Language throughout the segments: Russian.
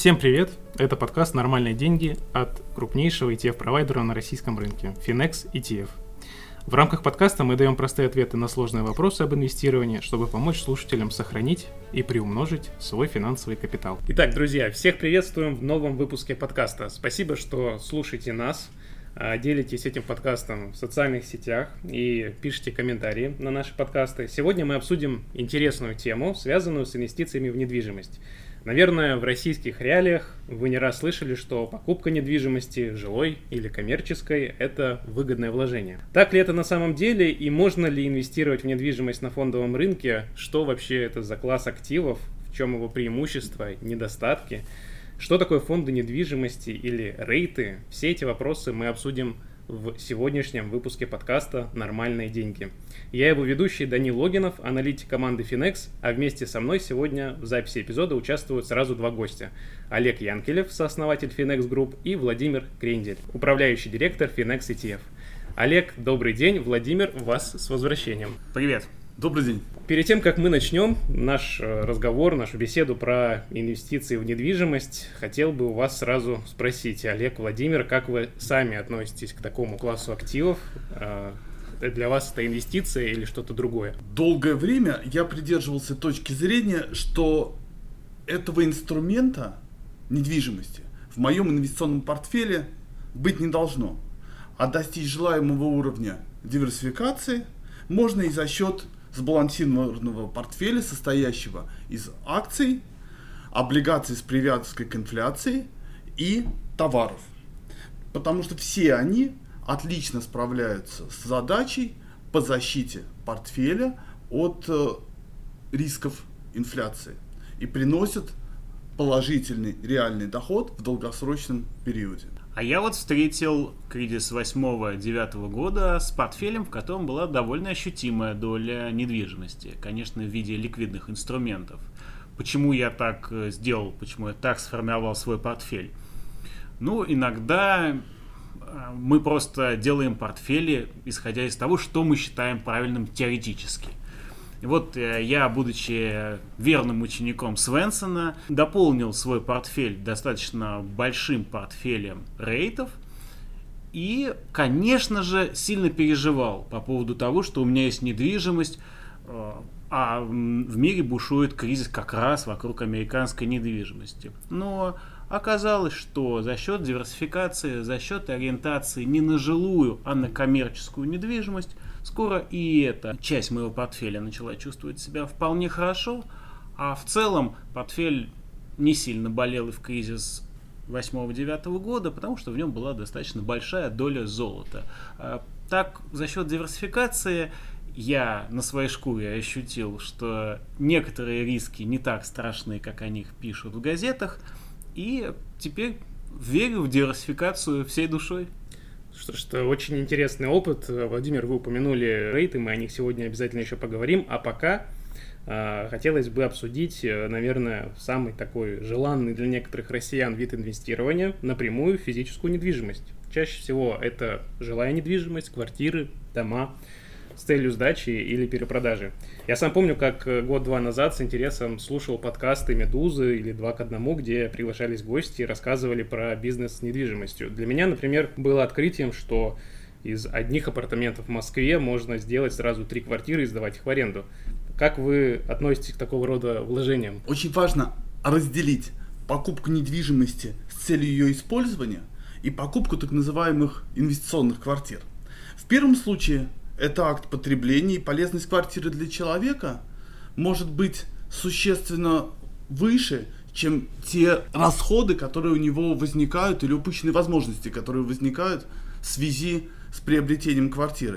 Всем привет! Это подкаст «Нормальные деньги» от крупнейшего ETF-провайдера на российском рынке Finex ETF. В рамках подкаста мы даем простые ответы на сложные вопросы об инвестировании, чтобы помочь слушателям сохранить и приумножить свой финансовый капитал. Итак, друзья, всех приветствуем в новом выпуске подкаста. Спасибо, что слушаете нас, делитесь этим подкастом в социальных сетях и пишите комментарии на наши подкасты. Сегодня мы обсудим интересную тему, связанную с инвестициями в недвижимость. Наверное, в российских реалиях вы не раз слышали, что покупка недвижимости, жилой или коммерческой, это выгодное вложение. Так ли это на самом деле и можно ли инвестировать в недвижимость на фондовом рынке? Что вообще это за класс активов? В чем его преимущества, недостатки? Что такое фонды недвижимости или рейты? Все эти вопросы мы обсудим в сегодняшнем выпуске подкаста «Нормальные деньги». Я его ведущий Данил Логинов, аналитик команды Finex, а вместе со мной сегодня в записи эпизода участвуют сразу два гостя. Олег Янкелев, сооснователь Finex Group, и Владимир Крендель, управляющий директор Finex ETF. Олег, добрый день. Владимир, вас с возвращением. Привет. Добрый день. Перед тем, как мы начнем наш разговор, нашу беседу про инвестиции в недвижимость, хотел бы у вас сразу спросить, Олег, Владимир, как вы сами относитесь к такому классу активов? Для вас это инвестиция или что-то другое? Долгое время я придерживался точки зрения, что этого инструмента недвижимости в моем инвестиционном портфеле быть не должно. А достичь желаемого уровня диверсификации можно и за счет сбалансированного портфеля, состоящего из акций, облигаций с привязкой к инфляции и товаров. Потому что все они отлично справляются с задачей по защите портфеля от рисков инфляции и приносят положительный реальный доход в долгосрочном периоде. А я вот встретил кризис 8-9 года с портфелем, в котором была довольно ощутимая доля недвижимости, конечно, в виде ликвидных инструментов. Почему я так сделал, почему я так сформировал свой портфель? Ну, иногда мы просто делаем портфели, исходя из того, что мы считаем правильным теоретически. И вот я, будучи верным учеником Свенсона, дополнил свой портфель достаточно большим портфелем рейтов и, конечно же, сильно переживал по поводу того, что у меня есть недвижимость, а в мире бушует кризис как раз вокруг американской недвижимости. Но оказалось, что за счет диверсификации, за счет ориентации не на жилую, а на коммерческую недвижимость, скоро и эта часть моего портфеля начала чувствовать себя вполне хорошо, а в целом портфель не сильно болел и в кризис 8-9 года, потому что в нем была достаточно большая доля золота. Так, за счет диверсификации я на своей шкуре ощутил, что некоторые риски не так страшны, как о них пишут в газетах, и теперь верю в диверсификацию всей душой. Что ж, это очень интересный опыт. Владимир, вы упомянули рейты, мы о них сегодня обязательно еще поговорим. А пока хотелось бы обсудить, наверное, самый такой желанный для некоторых россиян вид инвестирования напрямую в физическую недвижимость. Чаще всего это жилая недвижимость, квартиры, дома с целью сдачи или перепродажи. Я сам помню, как год-два назад с интересом слушал подкасты «Медузы» или «Два к одному», где приглашались гости и рассказывали про бизнес с недвижимостью. Для меня, например, было открытием, что из одних апартаментов в Москве можно сделать сразу 3 квартиры и сдавать их в аренду. Как вы относитесь к такого рода вложениям? Очень важно разделить покупку недвижимости с целью ее использования и покупку так называемых инвестиционных квартир. В первом случае это акт потребления, и полезность квартиры для человека может быть существенно выше, чем те расходы, которые у него возникают, или упущенные возможности, которые возникают в связи с приобретением квартиры.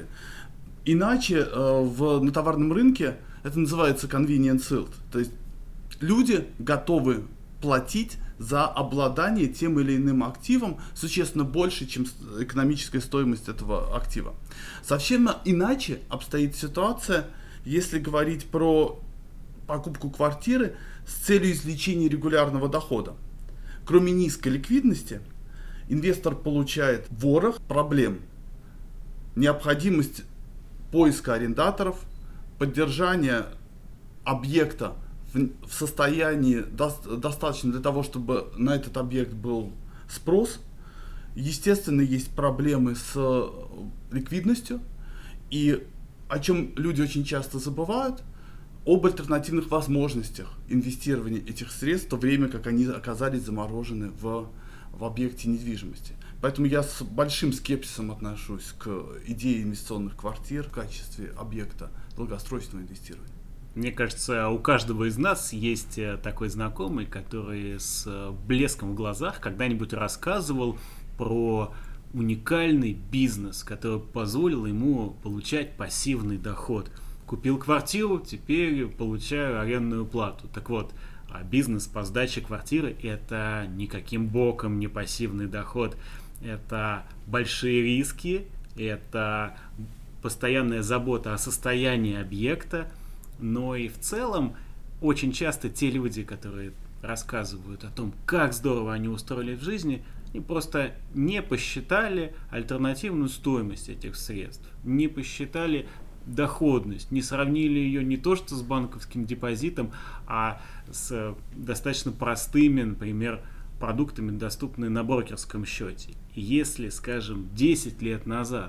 Иначе на товарном рынке это называется convenience yield. То есть люди готовы платить за обладание тем или иным активом существенно больше, чем экономическая стоимость этого актива. Совсем иначе обстоит ситуация, если говорить про покупку квартиры с целью извлечения регулярного дохода. Кроме низкой ликвидности, инвестор получает ворох проблем. Необходимость поиска арендаторов, поддержания объекта в состоянии достаточно для того, чтобы на этот объект был спрос. Естественно, есть проблемы с ликвидностью, и о чем люди очень часто забывают, об альтернативных возможностях инвестирования этих средств, в то время как они оказались заморожены в объекте недвижимости. Поэтому я с большим скепсисом отношусь к идее инвестиционных квартир в качестве объекта долгосрочного инвестирования. Мне кажется, у каждого из нас есть такой знакомый, который с блеском в глазах когда-нибудь рассказывал про уникальный бизнес, который позволил ему получать пассивный доход. Купил квартиру, теперь получаю арендную плату. Так вот, бизнес по сдаче квартиры – это никаким боком не пассивный доход. Это большие риски, это постоянная забота о состоянии объекта, но и в целом очень часто те люди, которые рассказывают о том, как здорово они устроили в жизни, и просто не посчитали альтернативную стоимость этих средств, не посчитали доходность, не сравнили ее не то что с банковским депозитом, а с достаточно простыми, например, продуктами, доступными на брокерском счете. И если, скажем, 10 лет назад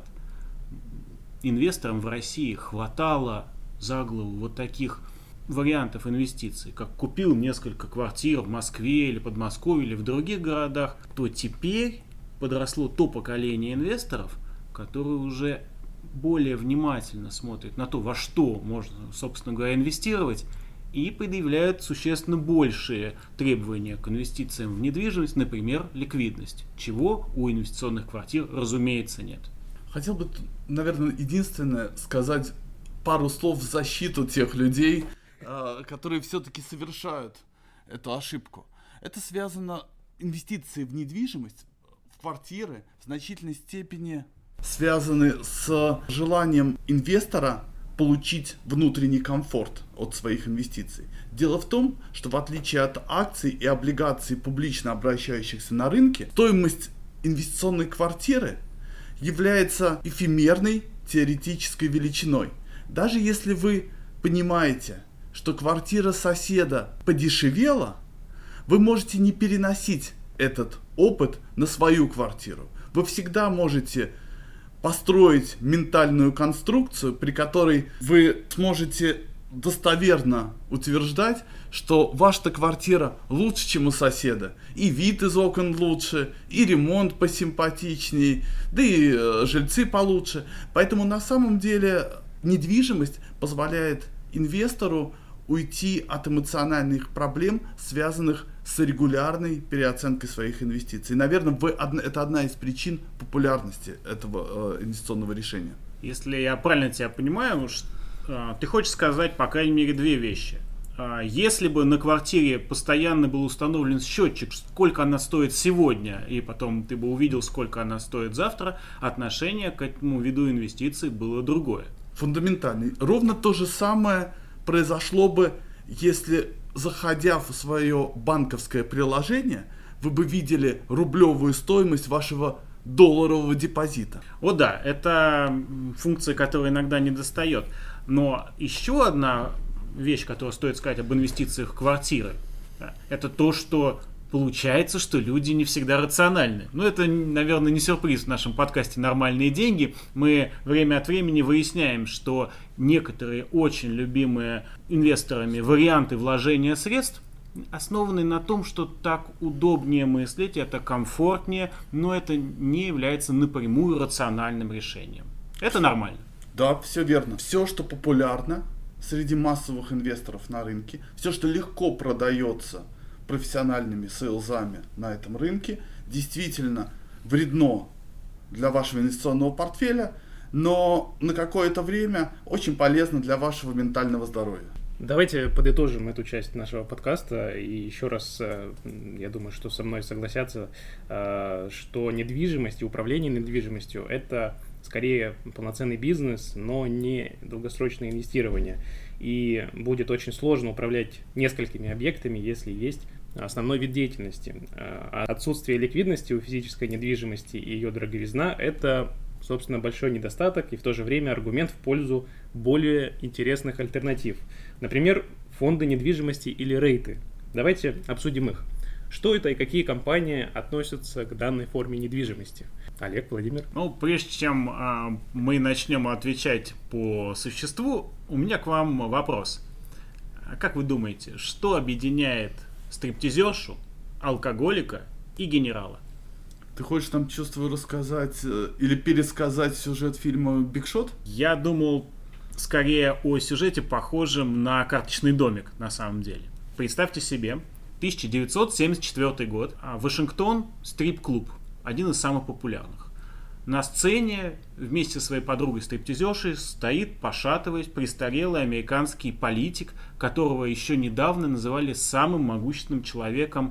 инвесторам в России хватало за голову вот таких вариантов инвестиций, как купил несколько квартир в Москве или Подмосковье или в других городах, то теперь подросло то поколение инвесторов, которые уже более внимательно смотрят на то, во что можно, собственно говоря, инвестировать, и предъявляют существенно большие требования к инвестициям в недвижимость, например, ликвидность, чего у инвестиционных квартир, разумеется, нет. Хотел бы, наверное, единственное сказать пару слов в защиту тех людей, которые все-таки совершают эту ошибку. Это связано, инвестиции в недвижимость, в квартиры в значительной степени связаны с желанием инвестора получить внутренний комфорт от своих инвестиций. Дело в том, что в отличие от акций и облигаций, публично обращающихся на рынке, стоимость инвестиционной квартиры является эфемерной теоретической величиной. Даже если вы понимаете, что квартира соседа подешевела, вы можете не переносить этот опыт на свою квартиру. Вы всегда можете построить ментальную конструкцию, при которой вы сможете достоверно утверждать, что ваша квартира лучше, чем у соседа. И вид из окон лучше, и ремонт посимпатичнее, да и жильцы получше. Поэтому на самом деле недвижимость позволяет инвестору уйти от эмоциональных проблем, связанных с регулярной переоценкой своих инвестиций. Наверное, это одна из причин популярности этого инвестиционного решения. Если я правильно тебя понимаю, ты хочешь сказать, по крайней мере, две вещи. Если бы на квартире постоянно был установлен счетчик, сколько она стоит сегодня, и потом ты бы увидел, сколько она стоит завтра, отношение к этому виду инвестиций было другое. Фундаментальный. Ровно то же самое произошло бы, если, заходя в свое банковское приложение, вы бы видели рублевую стоимость вашего долларового депозита. О да, это функция, которая иногда не достает. Но еще одна вещь, которую стоит сказать об инвестициях в квартиры, это то, что получается, что люди не всегда рациональны. Но это, наверное, не сюрприз в нашем подкасте «Нормальные деньги». Мы время от времени выясняем, что некоторые очень любимые инвесторами варианты вложения средств основаны на том, что так удобнее мыслить, это комфортнее, но это не является напрямую рациональным решением. Это нормально. Да, все верно. Все, что популярно среди массовых инвесторов на рынке, все, что легко продается профессиональными сейлзами на этом рынке, действительно вредно для вашего инвестиционного портфеля, но на какое-то время очень полезно для вашего ментального здоровья. Давайте подытожим эту часть нашего подкаста. И еще раз, я думаю, что со мной согласятся, что недвижимость и управление недвижимостью – это скорее полноценный бизнес, но не долгосрочное инвестирование. И будет очень сложно управлять несколькими объектами, если есть основной вид деятельности. А отсутствие ликвидности у физической недвижимости и ее дороговизна – это, собственно, большой недостаток и в то же время аргумент в пользу более интересных альтернатив. Например, фонды недвижимости или рейты. Давайте обсудим их. Что это и какие компании относятся к данной форме недвижимости? Олег, Владимир. Прежде чем мы начнем отвечать по существу, у меня к вам вопрос. Как вы думаете, что объединяет стриптизершу, алкоголика и генерала? Ты хочешь нам, чувствую, рассказать или пересказать сюжет фильма «Биг Шот»? Я думал скорее о сюжете, похожем на карточный домик, на самом деле. Представьте себе, 1974 год, Вашингтон, стрип-клуб, один из самых популярных. На сцене вместе со своей подругой-стриптизершей стоит, пошатываясь, престарелый американский политик, которого еще недавно называли самым могущественным человеком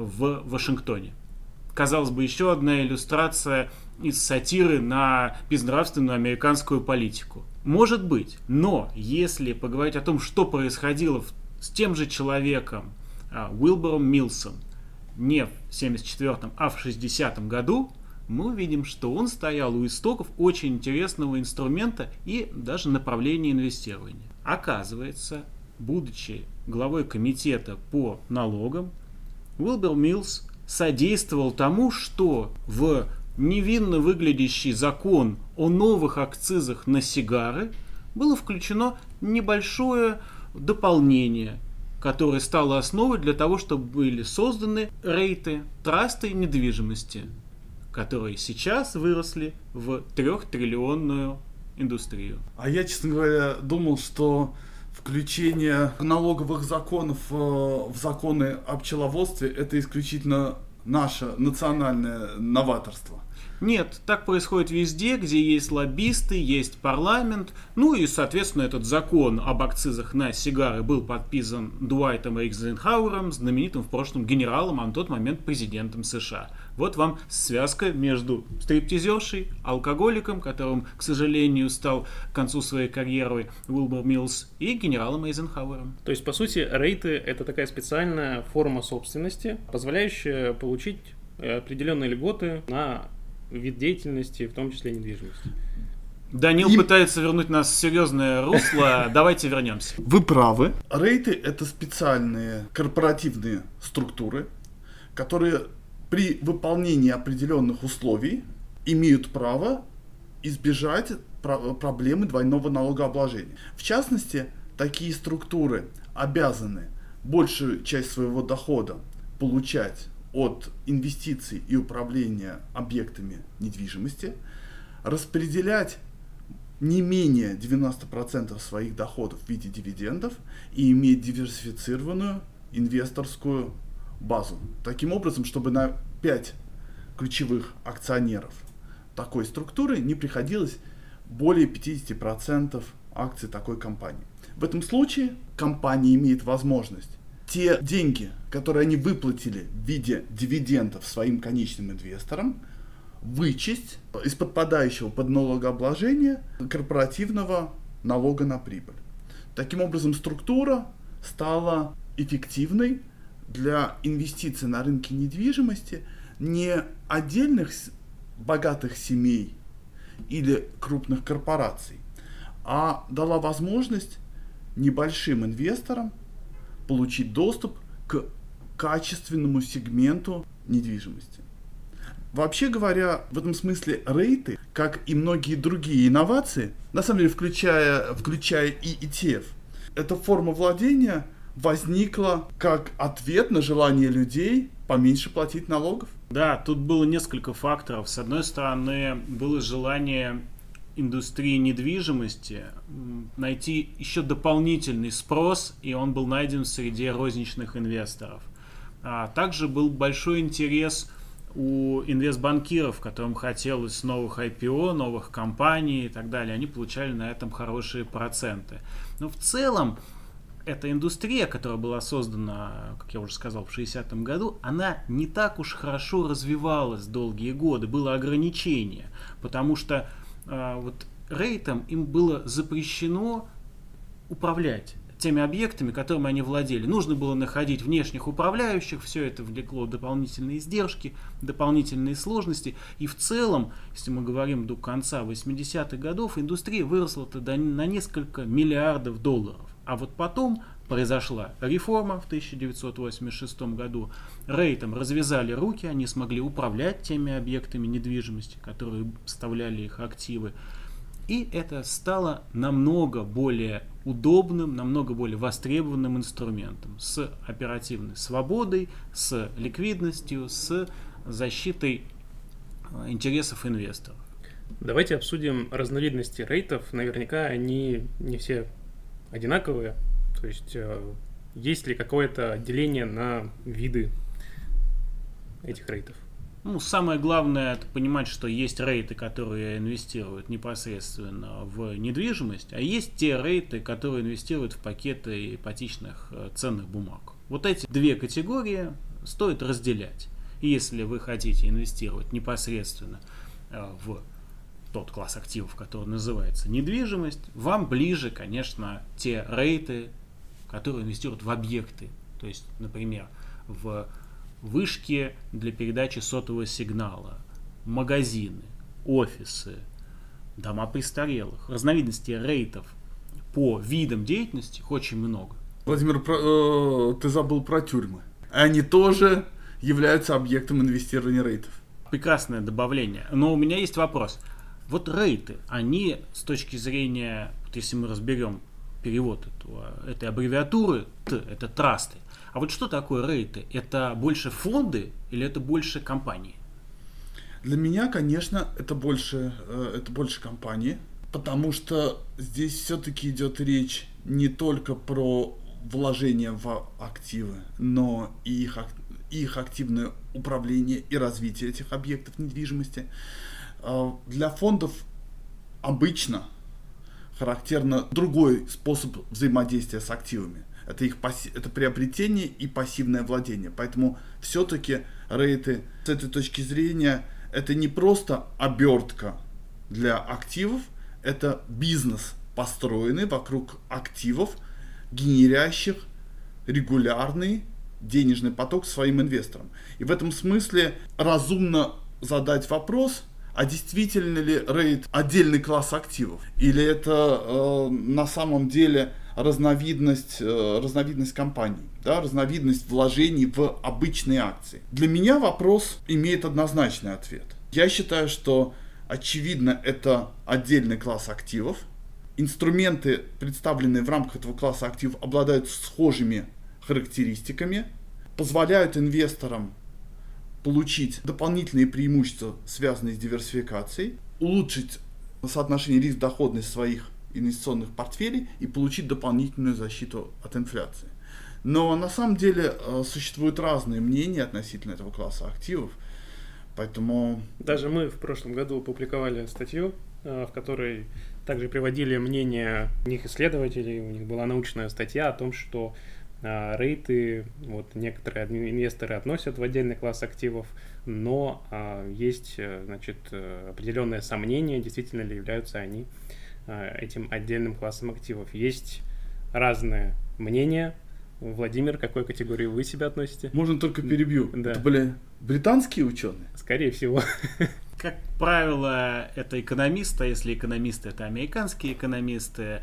в Вашингтоне. Казалось бы, еще одна иллюстрация из сатиры на безнравственную американскую политику. Может быть, но если поговорить о том, что происходило с тем же человеком, Уилбуром Миллсом, не в 1974, а в 1960 году, мы увидим, что он стоял у истоков очень интересного инструмента и даже направления инвестирования. Оказывается, будучи главой комитета по налогам, Уилбур Миллс содействовал тому, что в невинно выглядящий закон о новых акцизах на сигары было включено небольшое дополнение, которое стало основой для того, чтобы были созданы рейты, трасты недвижимости, которые сейчас выросли в 3-триллионную индустрию. А я, честно говоря, думал, что включение налоговых законов в законы о пчеловодстве — это исключительно наше национальное новаторство. Нет, так происходит везде, где есть лоббисты, есть парламент. Ну и, соответственно, этот закон об акцизах на сигары был подписан Дуайтом Эйзенхауэром, знаменитым в прошлом генералом, а на тот момент президентом США. Вот вам связка между стриптизершей, алкоголиком, которым, к сожалению, стал к концу своей карьеры Уилбур Миллс, и генералом Эйзенхауэром. То есть, по сути, рейты — это такая специальная форма собственности, позволяющая получить определенные льготы на вид деятельности, в том числе недвижимости. Данил пытается вернуть нас в серьезное русло. Давайте вернемся. Вы правы. Рейты — это специальные корпоративные структуры, которые при выполнении определенных условий имеют право избежать проблемы двойного налогообложения. В частности, такие структуры обязаны большую часть своего дохода получать от инвестиций и управления объектами недвижимости, распределять не менее 90% своих доходов в виде дивидендов и иметь диверсифицированную инвесторскую базу. Таким образом, чтобы на 5 ключевых акционеров такой структуры не приходилось более 50% акций такой компании. В этом случае компания имеет возможность те деньги, которые они выплатили в виде дивидендов своим конечным инвесторам, вычесть из подпадающего под налогообложение корпоративного налога на прибыль. Таким образом, структура стала эффективной для инвестиций на рынке недвижимости не отдельных богатых семей или крупных корпораций, а дала возможность небольшим инвесторам получить доступ к качественному сегменту недвижимости. Вообще говоря, в этом смысле рейты, как и многие другие инновации, на самом деле включая и ETF, эта форма владения возникла как ответ на желание людей поменьше платить налогов. Да, тут было несколько факторов. С одной стороны, было желание индустрии недвижимости найти еще дополнительный спрос, и он был найден в среде розничных инвесторов. Также был большой интерес у инвестбанкиров, которым хотелось новых IPO, новых компаний и так далее. Они получали на этом хорошие проценты. Но в целом эта индустрия, которая была создана, как я уже сказал, в 60-м году, она не так уж хорошо развивалась долгие годы. Было ограничение, потому что рейтам им было запрещено управлять теми объектами, которыми они владели. Нужно было находить внешних управляющих, все это влекло дополнительные издержки, дополнительные сложности. И в целом, если мы говорим до конца 80-х годов, индустрия выросла на несколько миллиардов долларов. А вот потом произошла реформа в 1986 году. Рейтам развязали руки, они смогли управлять теми объектами недвижимости, которые составляли их активы. И это стало намного более удобным, намного более востребованным инструментом с оперативной свободой, с ликвидностью, с защитой интересов инвесторов. Давайте обсудим разновидности рейтов. Наверняка они не все одинаковые. То есть есть ли какое-то отделение на виды этих рейтов? Самое главное это понимать, что есть рейты, которые инвестируют непосредственно в недвижимость, а есть те рейты, которые инвестируют в пакеты ипотечных ценных бумаг. Вот эти две категории стоит разделять. И если вы хотите инвестировать непосредственно в тот класс активов, который называется недвижимость, вам ближе, конечно, те рейты, которые инвестируют в объекты. То есть, например, в вышки для передачи сотового сигнала, магазины, офисы, дома престарелых. Разновидностей рейтов по видам деятельности их очень много. Владимир, ты забыл про тюрьмы. Они тоже являются объектом инвестирования рейтов. Прекрасное добавление. Но у меня есть вопрос. Вот рейты, они с точки зрения, вот если мы разберем перевод этой аббревиатуры, это трасты. А вот что такое рейты? Это больше фонды или это больше компании? Для меня, конечно, это больше компании, потому что здесь все-таки идет речь не только про вложения в активы, но и их активное управление и развитие этих объектов недвижимости. Для фондов обычно характерно другой способ взаимодействия с активами. Это приобретение и пассивное владение. Поэтому все-таки рейты с этой точки зрения это не просто обертка для активов, это бизнес, построенный вокруг активов, генерящих регулярный денежный поток своим инвесторам. И в этом смысле разумно задать вопрос, а действительно ли рейт отдельный класс активов? Или это на самом деле разновидность компаний, да, разновидность вложений в обычные акции? Для меня вопрос имеет однозначный ответ. Я считаю, что очевидно это отдельный класс активов. Инструменты, представленные в рамках этого класса активов, обладают схожими характеристиками, позволяют инвесторам получить дополнительные преимущества, связанные с диверсификацией, улучшить соотношение риск-доходность своих инвестиционных портфелей и получить дополнительную защиту от инфляции. Но на самом деле существуют разные мнения относительно этого класса активов, поэтому... Даже мы в прошлом году опубликовали статью, в которой также приводили мнение у них исследователей, у них была научная статья о том, что рейты некоторые инвесторы относят в отдельный класс активов, но есть определенное сомнение, действительно ли являются они этим отдельным классом активов. Есть разные мнения. Владимир, к какой категории вы себя относите? Можно только перебью. Да. Это были британские ученые? Скорее всего. Как правило, это экономисты, а если экономисты, это американские экономисты,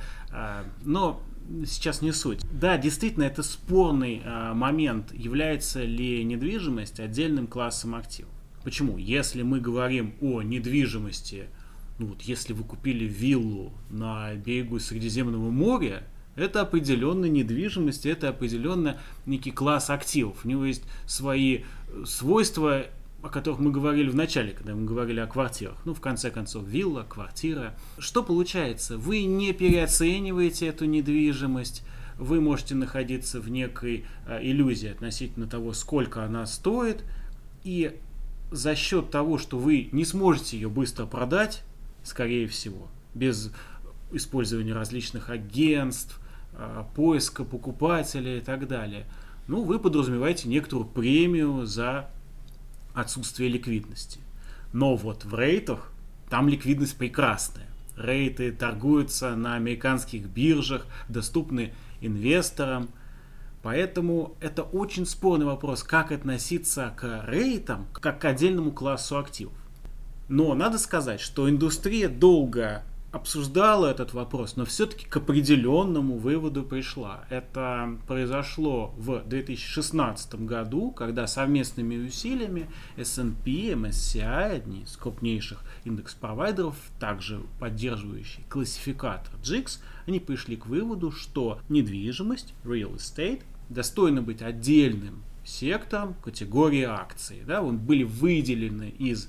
но сейчас не суть. Да, действительно, это спорный момент, является ли недвижимость отдельным классом активов. Почему? Если мы говорим о недвижимости, если вы купили виллу на берегу Средиземного моря, это определенная недвижимость, это определенно некий класс активов. У него есть свои свойства, о которых мы говорили в начале, когда мы говорили о квартирах. В конце концов, вилла, квартира. Что получается? Вы не переоцениваете эту недвижимость, вы можете находиться в некой иллюзии относительно того, сколько она стоит, и за счет того, что вы не сможете ее быстро продать, скорее всего, без использования различных агентств, поиска покупателя и так далее, вы подразумеваете некоторую премию за отсутствие ликвидности. Но в рейтах там ликвидность прекрасная. Рейты торгуются на американских биржах, доступны инвесторам. Поэтому это очень спорный вопрос, как относиться к рейтам, как к отдельному классу активов. Но надо сказать, что индустрия долго обсуждала этот вопрос, но все-таки к определенному выводу пришла. Это произошло в 2016 году, когда совместными усилиями S&P, MSCI, одни из крупнейших индекс-провайдеров, также поддерживающие классификатор GICS, они пришли к выводу, что недвижимость, real estate, достойна быть отдельным сектором категории акций. Да? Были выделены из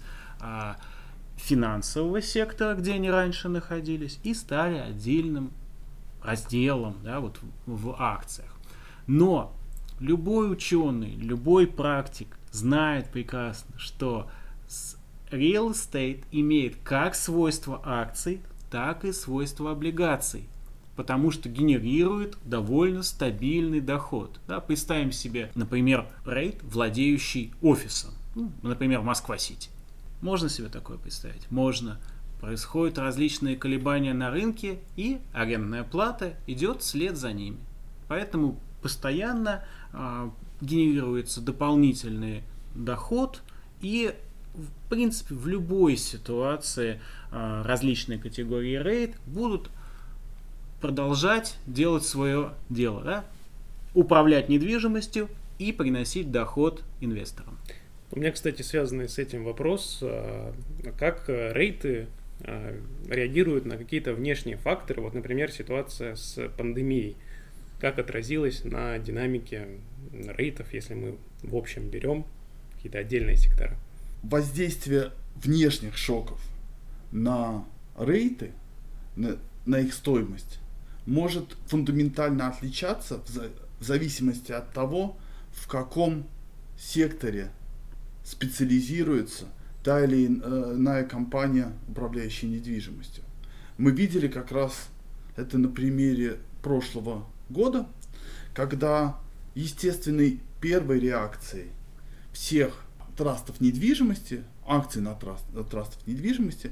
финансового сектора, где они раньше находились, и стали отдельным разделом, да, в акциях. Но любой ученый, любой практик знает прекрасно, что real estate имеет как свойства акций, так и свойства облигаций, потому что генерирует довольно стабильный доход. Да, представим себе, например, REIT, владеющий офисом, например, Москва-Сити. Можно себе такое представить? Можно. Происходят различные колебания на рынке, и арендная плата идет вслед за ними. Поэтому постоянно генерируется дополнительный доход, и в принципе в любой ситуации различные категории REIT будут продолжать делать свое дело, да? Управлять недвижимостью и приносить доход инвесторам. У меня, кстати, связанный с этим вопрос, как рейты реагируют на какие-то внешние факторы, например, ситуация с пандемией, как отразилась на динамике рейтов, если мы в общем берем какие-то отдельные сектора. Воздействие внешних шоков на рейты, на их стоимость, может фундаментально отличаться в зависимости от того, в каком секторе специализируется та или иная компания, управляющая недвижимостью. Мы видели как раз это на примере прошлого года, когда естественной первой реакцией всех трастов недвижимости, акций на трастов недвижимости,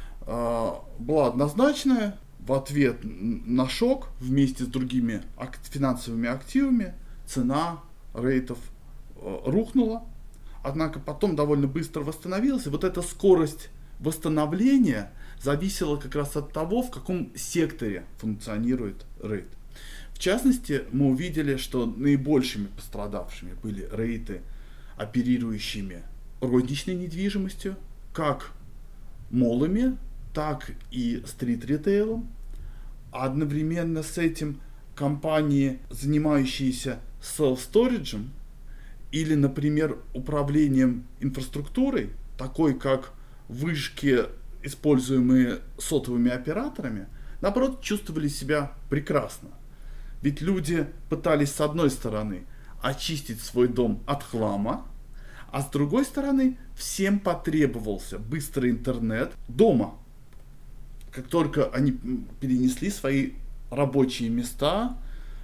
была однозначная. В ответ на шок вместе с другими финансовыми активами цена рейтов рухнула. Однако потом довольно быстро восстановилась, и эта скорость восстановления зависела как раз от того, в каком секторе функционирует рейт. В частности, мы увидели, что наибольшими пострадавшими были рейты, оперирующими розничной недвижимостью, как моллами, так и стрит-ритейлом. Одновременно с этим компании, занимающиеся self-сториджем, или, например, управлением инфраструктурой, такой как вышки, используемые сотовыми операторами, наоборот, чувствовали себя прекрасно. Ведь люди пытались, с одной стороны, очистить свой дом от хлама, а с другой стороны, всем потребовался быстрый интернет дома. Как только они перенесли свои рабочие места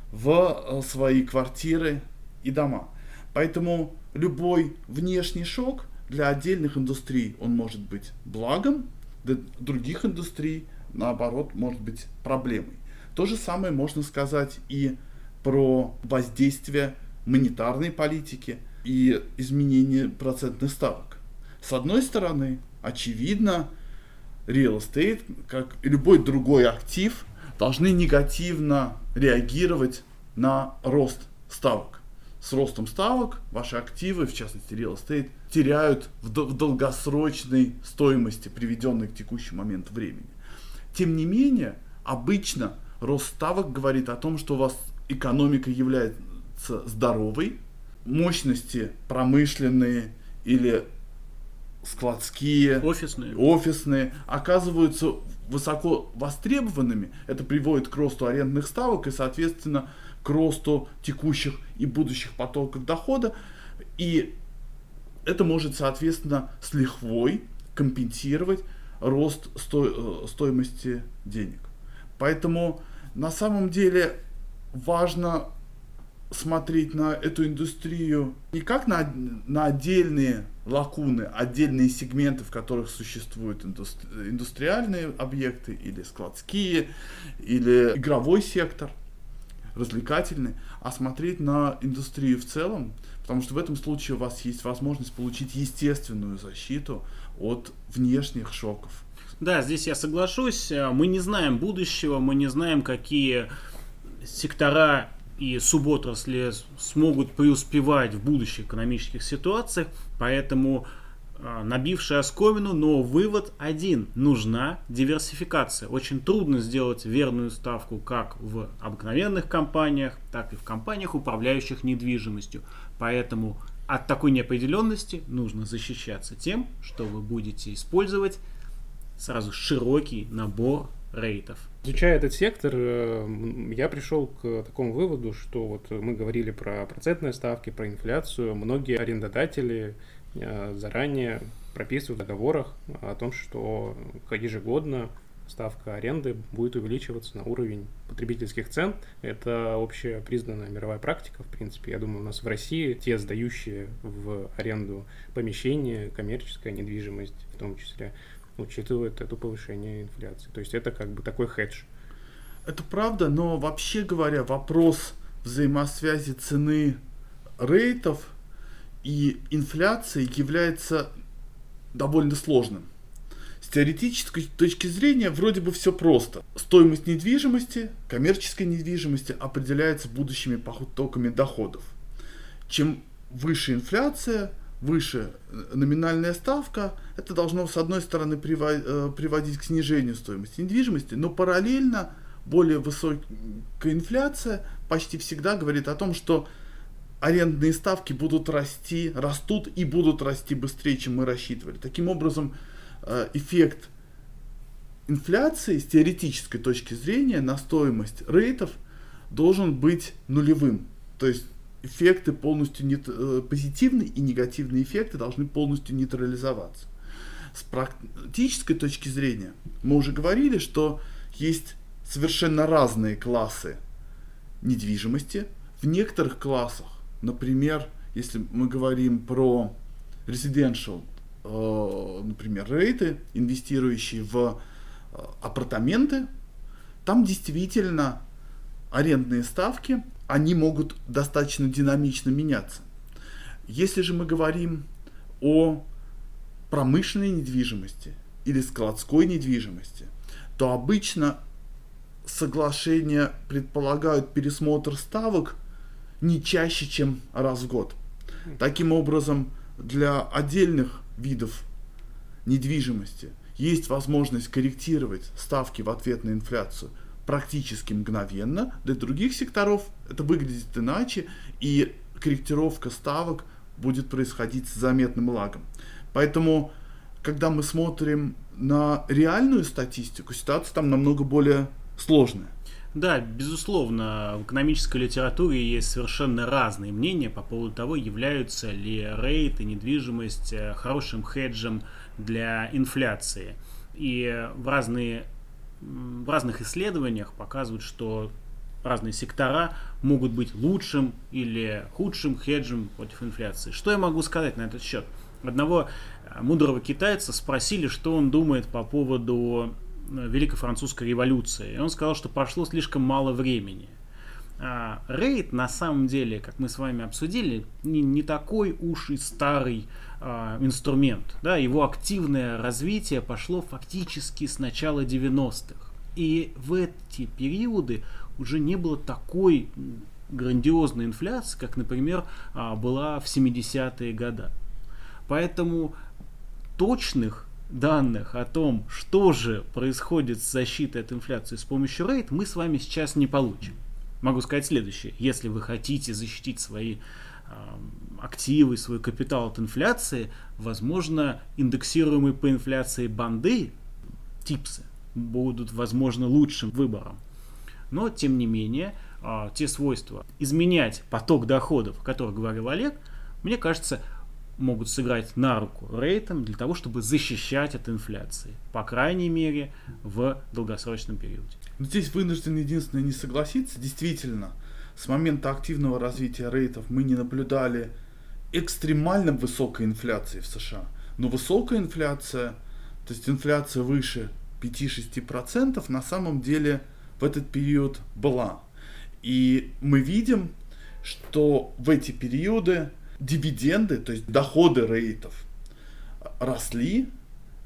в свои квартиры и дома. Поэтому любой внешний шок для отдельных индустрий он может быть благом, для других индустрий, наоборот, может быть проблемой. То же самое можно сказать и про воздействие монетарной политики и изменение процентных ставок. С одной стороны, очевидно, real estate, как и любой другой актив, должны негативно реагировать на рост ставок. С ростом ставок ваши активы, в частности real estate, теряют в долгосрочной стоимости, приведенной к текущему моменту времени. Тем не менее, обычно рост ставок говорит о том, что у вас экономика является здоровой, мощности промышленные или складские, офисные оказываются высоко востребованными. Это приводит к росту арендных ставок и, соответственно, к росту текущих и будущих потоков дохода. И это может, соответственно, с лихвой компенсировать рост стоимости денег. Поэтому на самом деле важно смотреть на эту индустрию не как на отдельные лакуны, отдельные сегменты, в которых существуют индустриальные объекты или складские, или игровой сектор, развлекательный, а смотреть на индустрию в целом, потому что в этом случае у вас есть возможность получить естественную защиту от внешних шоков, Да, здесь я соглашусь. Мы не знаем будущего, мы не знаем, какие сектора и суботрасли смогут преуспевать в будущих экономических ситуациях, поэтому набивший оскомину, но вывод один: нужна диверсификация. Очень трудно сделать верную ставку как в обыкновенных компаниях, так и в компаниях, управляющих недвижимостью. Поэтому от такой неопределенности нужно защищаться тем, что вы будете использовать сразу широкий набор рейтов. Изучая этот сектор, я пришел к такому выводу, что вот мы говорили про процентные ставки, про инфляцию. Многие арендодатели заранее прописывают в договорах о том, что ежегодно ставка аренды будет увеличиваться на уровень потребительских цен. Это общепризнанная мировая практика, в принципе. Я думаю, у нас в России те сдающие в аренду помещения, коммерческая недвижимость в том числе, учитывают это повышение инфляции. То есть это как бы такой хедж. Это правда, но вообще говоря, вопрос взаимосвязи цены рейтов и инфляции является довольно сложным. С теоретической точки зрения вроде бы все просто. Стоимость недвижимости, коммерческой недвижимости определяется будущими потоками доходов. Чем выше инфляция, выше номинальная ставка, это должно, с одной стороны, приводить к снижению стоимости недвижимости, но параллельно более высокая инфляция почти всегда говорит о том, что арендные ставки растут и будут расти быстрее, чем мы рассчитывали. Таким образом, эффект инфляции с теоретической точки зрения на стоимость рейтов должен быть нулевым. То есть эффекты полностью позитивные и негативные эффекты должны полностью нейтрализоваться. С практической точки зрения мы уже говорили, что есть совершенно разные классы недвижимости. В некоторых классах, например, если мы говорим про residential, например, рейты, инвестирующие в апартаменты, там действительно арендные ставки, они могут достаточно динамично меняться. Если же мы говорим о промышленной недвижимости или складской недвижимости, то обычно соглашения предполагают пересмотр ставок не чаще, чем раз в год. Таким образом, для отдельных видов недвижимости есть возможность корректировать ставки в ответ на инфляцию практически мгновенно. Для других секторов это выглядит иначе, и корректировка ставок будет происходить с заметным лагом. Поэтому, когда мы смотрим на реальную статистику, ситуация там намного более сложная. Да, безусловно, в экономической литературе есть совершенно разные мнения по поводу того, являются ли рейт и недвижимость хорошим хеджем для инфляции. И в разных исследованиях показывают, что разные сектора могут быть лучшим или худшим хеджем против инфляции. Что я могу сказать на этот счет? Одного мудрого китайца спросили, что он думает по поводу Великой Французской революции. И он сказал, что прошло слишком мало времени. Рейт, на самом деле, как мы с вами обсудили, не такой уж и старый инструмент. Да? Его активное развитие пошло фактически с начала 90-х. И в эти периоды уже не было такой грандиозной инфляции, как, например, была в 70-е годы. Поэтому точных данных о том, что же происходит с защитой от инфляции с помощью рейт, мы с вами сейчас не получим. Могу сказать следующее. Если вы хотите защитить свои активы, свой капитал от инфляции, возможно, индексируемые по инфляции банды, типсы, будут, возможно, лучшим выбором. Но, тем не менее, те свойства изменять поток доходов, о которых говорил Олег, мне кажется, могут сыграть на руку рейтам для того, чтобы защищать от инфляции, по крайней мере, в долгосрочном периоде. Здесь вынужден единственное не согласиться. Действительно, с момента активного развития рейтов мы не наблюдали экстремально высокой инфляции в США. Но высокая инфляция, то есть инфляция выше 5-6%, на самом деле в этот период была. И мы видим, что в эти периоды дивиденды, то есть доходы рейтов, росли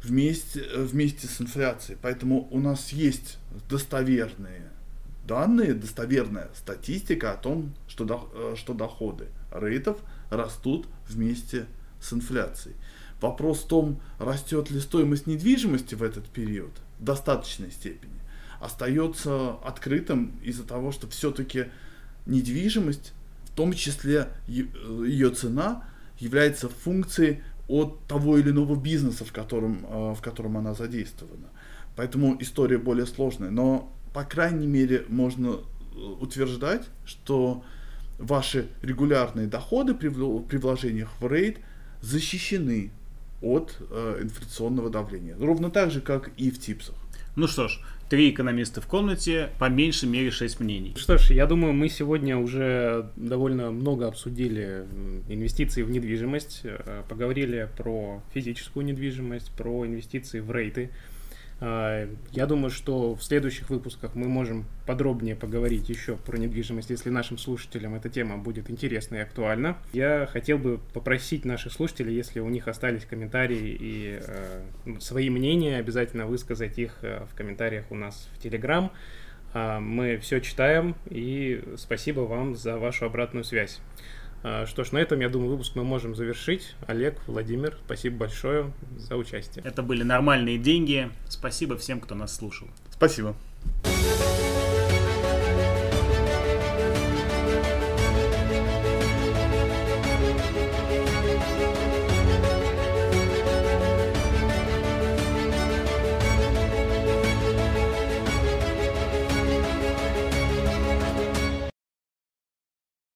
вместе с инфляцией. Поэтому у нас есть достоверные данные, достоверная статистика о том, что доходы рейтов растут вместе с инфляцией. Вопрос в том, растет ли стоимость недвижимости в этот период в достаточной степени, остается открытым из-за того, что все-таки недвижимость, в том числе ее цена, является функцией от того или иного бизнеса, в котором она задействована. Поэтому история более сложная. Но, по крайней мере, можно утверждать, что ваши регулярные доходы при вложениях в рейд защищены от инфляционного давления. Ровно так же, как и в ТИПСах. Ну что ж, 3 экономиста в комнате, по меньшей мере 6 мнений. Что ж, я думаю, мы сегодня уже довольно много обсудили инвестиции в недвижимость, поговорили про физическую недвижимость, про инвестиции в рейты. Я думаю, что в следующих выпусках мы можем подробнее поговорить еще про недвижимость, если нашим слушателям эта тема будет интересна и актуальна. Я хотел бы попросить наших слушателей, если у них остались комментарии и свои мнения, обязательно высказать их в комментариях у нас в Telegram. Мы все читаем, и спасибо вам за вашу обратную связь. Что ж, на этом, я думаю, выпуск мы можем завершить. Олег, Владимир, спасибо большое за участие. Это были нормальные деньги. Спасибо всем, кто нас слушал. Спасибо.